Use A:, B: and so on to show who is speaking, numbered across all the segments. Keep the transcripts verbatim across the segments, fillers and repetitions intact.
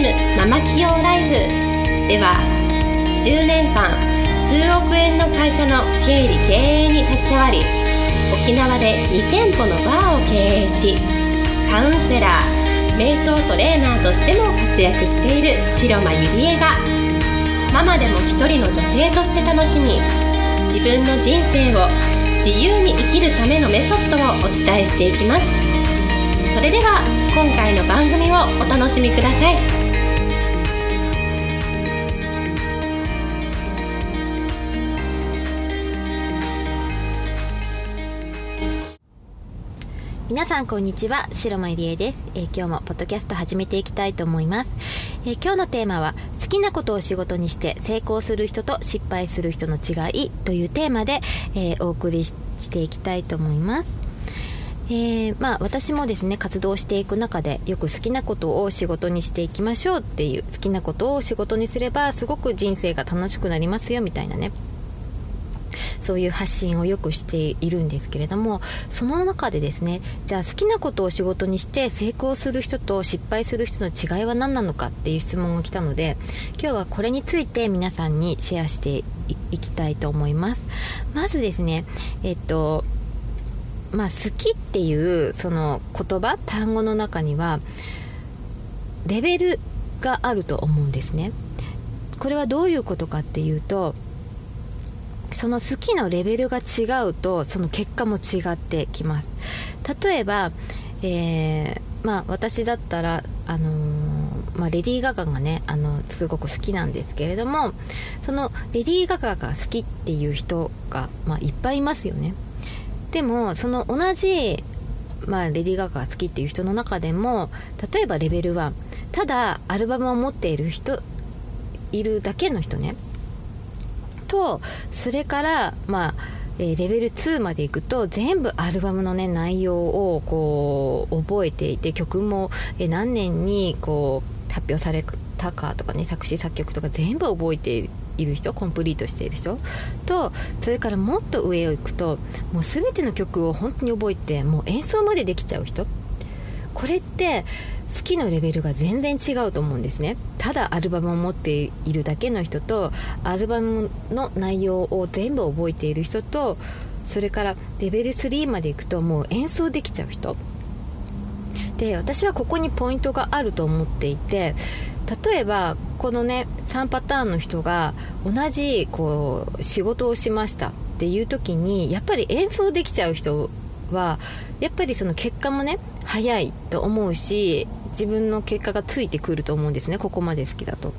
A: ママ企業ライフでは、じゅうねんかん数億円の会社の経理経営に携わり、沖縄でにてんぽのバーを経営し、カウンセラー、瞑想トレーナーとしても活躍している白間ゆりえが、ママでも一人の女性として楽しみ、自分の人生を自由に生きるためのメソッドをお伝えしていきます。それでは今回の番組をお楽しみください。
B: 皆さんこんにちは、白間入江です。えー、今日もポッドキャスト始めていきたいと思います。えー、今日のテーマは、好きなことを仕事にして成功する人と失敗する人の違いというテーマで、えー、お送りしていきたいと思います。えーまあ、私もですね、活動していく中でよく好きなことを仕事にしていきましょうっていう、好きなことを仕事にすればすごく人生が楽しくなりますよみたいなね、そういう発信をよくしているんですけれども、その中でですね、じゃあ好きなことを仕事にして成功する人と失敗する人の違いは何なのかっていう質問が来たので、今日はこれについて皆さんにシェアしていきたいと思います。まずですね、えっとまあ、好きっていうその言葉、単語の中にはレベルがあると思うんですね。これはどういうことかっていうと、その好きのレベルが違うとその結果も違ってきます。例えば、えーまあ、私だったら、あのーまあ、レディー・ガガがね、あのすごく好きなんですけれども、そのレディー・ガガが好きっていう人が、まあ、いっぱいいますよね。でもその同じ、まあ、レディー・ガガが好きっていう人の中でも、例えばレベルワン、ただアルバムを持っている人いるだけの人ねと、それから、まあえー、レベルツーまでいくと全部アルバムの、ね、内容をこう覚えていて、曲も、えー、何年にこう発表されたかとかね、作詞作曲とか全部覚えている人、コンプリートしている人と、それからもっと上を行くともう全ての曲を本当に覚えて、もう演奏までできちゃう人。これって好きのレベルが全然違うと思うんですね。ただアルバムを持っているだけの人と、アルバムの内容を全部覚えている人と、それからレベルスリーまでいくともう演奏できちゃう人で、私はここにポイントがあると思っていて、例えばこのねさんパターンの人が同じこう仕事をしましたっていう時に、やっぱり演奏できちゃう人はやっぱりその結果もね早いと思うし、自分の結果がついてくると思うんですね、ここまで好きだと。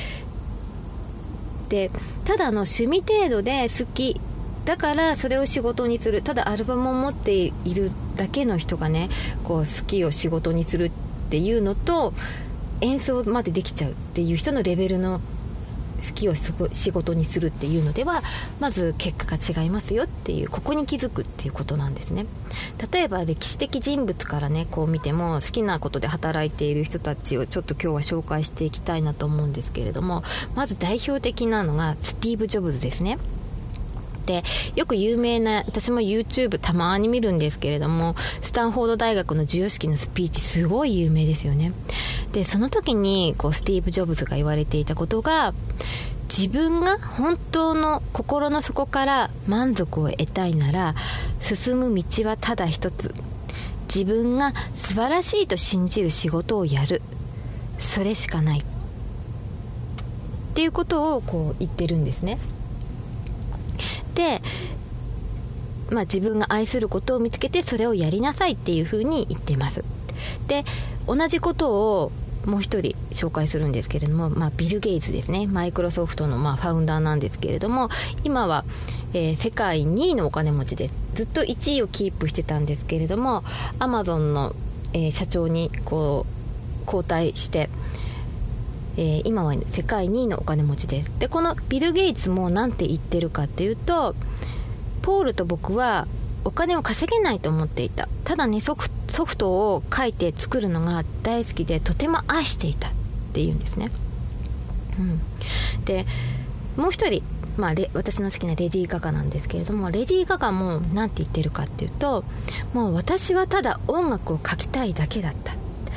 B: で、ただの趣味程度で好きだからそれを仕事にする、ただアルバムを持っているだけの人がね、こう好きを仕事にするっていうのと、演奏までできちゃうっていう人のレベルの好きを仕事にするっていうのでは、まず結果が違いますよっていう、ここに気づくっていうことなんですね。例えば歴史的人物からねこう見ても、好きなことで働いている人たちをちょっと今日は紹介していきたいなと思うんですけれども、まず代表的なのがスティーブ・ジョブズですね。で、よく有名な、私も YouTube たまに見るんですけれども、スタンフォード大学の授与式のスピーチすごい有名ですよね。で、その時にこうスティーブ・ジョブズが言われていたことが、自分が本当の心の底から満足を得たいなら、進む道はただ一つ、自分が素晴らしいと信じる仕事をやる、それしかないっていうことをこう言ってるんですね。で、まあ、自分が愛することを見つけてそれをやりなさいっていうふうに言っています。で、同じことをもう一人紹介するんですけれども、まあ、ビル・ゲイツですね。マイクロソフトのまあファウンダーなんですけれども、今は、えー、世界にいのお金持ちです。ずっといちいをキープしてたんですけれども、アマゾンの、えー、社長にこう交代して、えー、今は世界にいのお金持ちです。で、このビル・ゲイツもなんて言ってるかっていうと、ポールと僕はお金を稼げないと思っていた。ただね、ソフ、ソフトを書いて作るのが大好きで、とても愛していたっていうんですね。うん、で、もう一人、まあ、レ私の好きなレディー・ガガなんですけれども、レディー・ガガもなんて言ってるかっていうと、もう私はただ音楽を書きたいだけだった。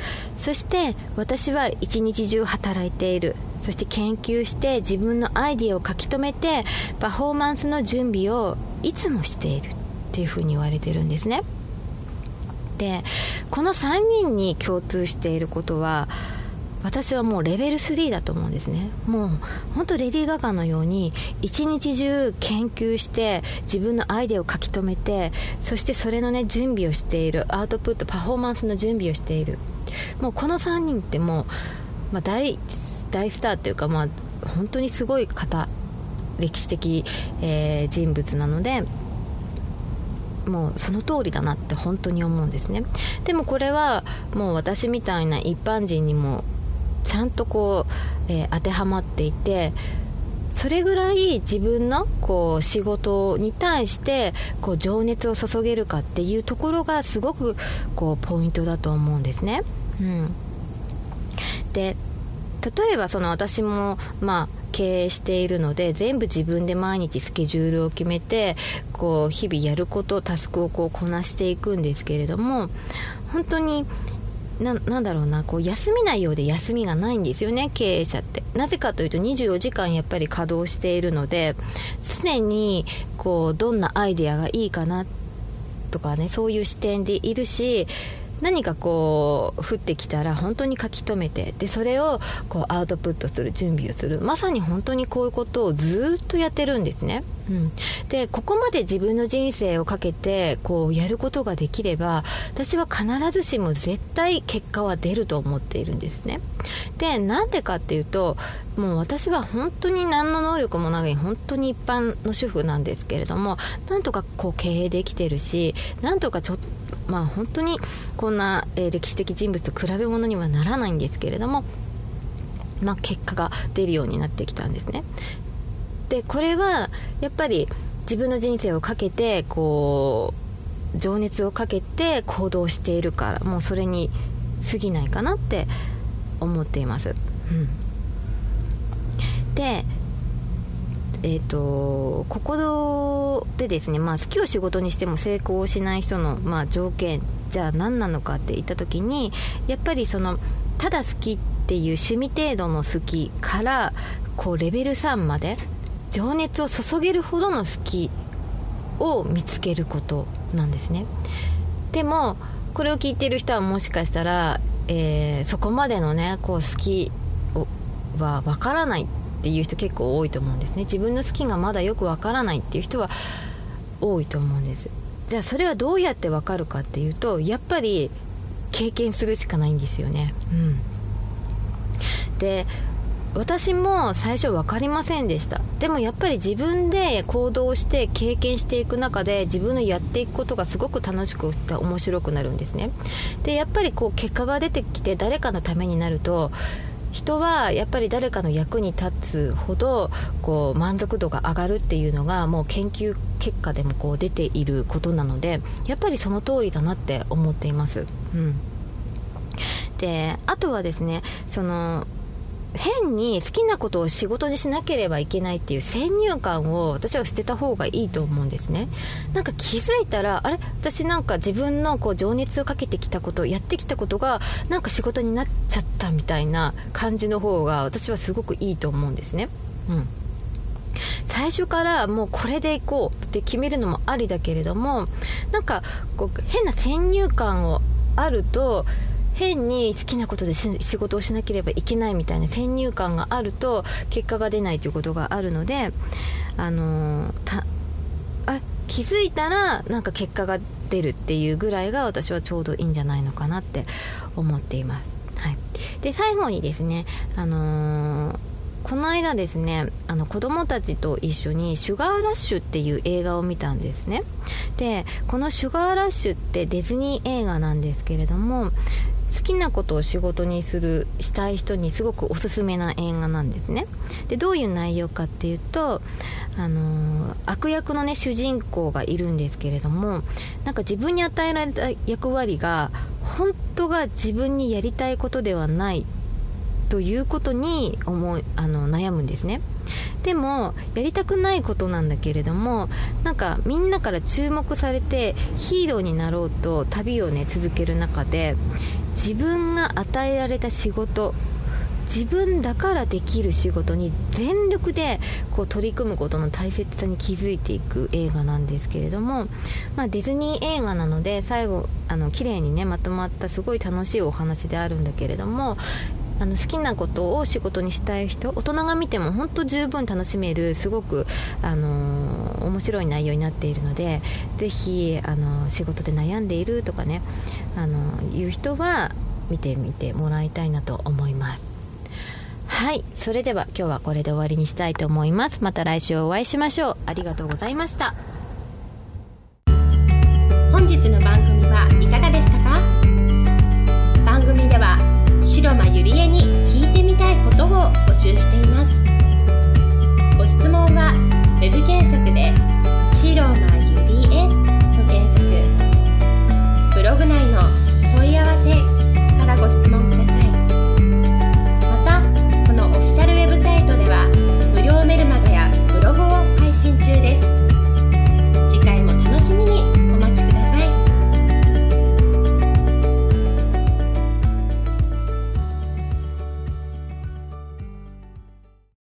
B: そして私は一日中働いている。そして研究して自分のアイディアを書き留めてパフォーマンスの準備をいつもしているっていうふうに言われてるんですね。でこのさんにんに共通していることは、私はもうレベルスリーだと思うんですね。もう本当レディー・ガガのように一日中研究して自分のアイデアを書き留めて、そしてそれのね準備をしている、アウトプットパフォーマンスの準備をしている。もうこのさんにんってもう、まあ、大, 大スターというか、まあ、本当にすごい方、歴史的、えー、人物なので、もうその通りだなって本当に思うんですね。でもこれはもう私みたいな一般人にもちゃんとこう、えー、当てはまっていて、それぐらい自分のこう仕事に対してこう情熱を注げるかっていうところがすごくこうポイントだと思うんですね。うん、で例えばその私もまあ経営しているので、全部自分で毎日スケジュールを決めてこう日々やること、タスクをこうこなしていくんですけれども、本当に な, なんだろうなこう休みないようで休みがないんですよね、経営者って。なぜかというとにじゅうよじかんやっぱり稼働しているので、常にこうどんなアイデアがいいかなとかね、そういう視点でいるし、何かこう降ってきたら本当に書き留めて、でそれをこうアウトプットする、準備をする、まさに本当にこういうことをずっとやってるんですね。うん、でここまで自分の人生をかけてこうやることができれば、私は必ずしも絶対結果は出ると思っているんですね。でなんでかっていうと、もう私は本当に何の能力もない本当に一般の主婦なんですけれども、なんとかこう経営できてるし、なんとかちょっとまあ本当にこんな、えー、歴史的人物と比べ物にはならないんですけれども、まあ、結果が出るようになってきたんですね。でこれはやっぱり自分の人生をかけてこう情熱をかけて行動しているから、もうそれに過ぎないかなって思っています。うん、でえーと、ここでですね、まあ、好きを仕事にしても成功しない人の、まあ、条件じゃあ何なのかって言った時に、やっぱりそのただ好きっていう趣味程度の好きからこうレベルさんまで情熱を注げるほどの好きを見つけることなんですね。でもこれを聞いている人はもしかしたら、えー、そこまでのねこう好きはわからないっていう人結構多いと思うんですね。自分の好きがまだよくわからないっていう人は多いと思うんです。じゃあそれはどうやってわかるかっていうと、やっぱり経験するしかないんですよね。うん、で私も最初分かりませんでした。でもやっぱり自分で行動して経験していく中で、自分のやっていくことがすごく楽しくて面白くなるんですね。でやっぱりこう結果が出てきて誰かのためになると、人はやっぱり誰かの役に立つほどこう満足度が上がるっていうのがもう研究結果でもこう出ていることなので、やっぱりその通りだなって思っています。うん、であとはですね、その変に好きなことを仕事にしなければいけないっていう先入観を私は捨てた方がいいと思うんですね。なんか気づいたら、あれ私なんか自分のこう情熱をかけてきたこと、やってきたことがなんか仕事になっちゃったみたいな感じの方が私はすごくいいと思うんですね。うん、最初からもうこれでいこうって決めるのもありだけれども、なんかこう変な先入観をあると、変に好きなことで仕事をしなければいけないみたいな先入観があると結果が出ないということがあるので、あのー、たあ気づいたらなんか結果が出るっていうぐらいが私はちょうどいいんじゃないのかなって思っています。はい、で最後にですね、あのーこの間ですね、あの子供たちと一緒にシュガーラッシュっていう映画を見たんですね。でこのシュガーラッシュってディズニー映画なんですけれども、好きなことを仕事にするしたい人にすごくおすすめな映画なんですね。でどういう内容かっていうと、あのー、悪役のね主人公がいるんですけれども、なんか自分に与えられた役割が本当が自分にやりたいことではないということに思いあの悩むんですね。でもやりたくないことなんだけれども、なんかみんなから注目されてヒーローになろうと旅をね続ける中で、 自分が与えられた仕事、自分だからできる仕事に全力でこう取り組むことの大切さに気づいていく映画なんですけれども、まあ、ディズニー映画なので最後あの綺麗にねまとまったすごい楽しいお話であるんだけれども、あの好きなことを仕事にしたい人、大人が見ても本当十分楽しめるすごく、あのー、面白い内容になっているので、ぜひ、あのー、仕事で悩んでいるとかね、あのー、いう人は見てみてもらいたいなと思います。はい、それでは今日はこれで終わりにしたいと思います。また来週お会いしましょう。ありがとうございました。
A: 本日の番組はいかがでしたか？番組では白間ゆりえに聞いてみたいことを募集しています。ご質問はウェブ検索で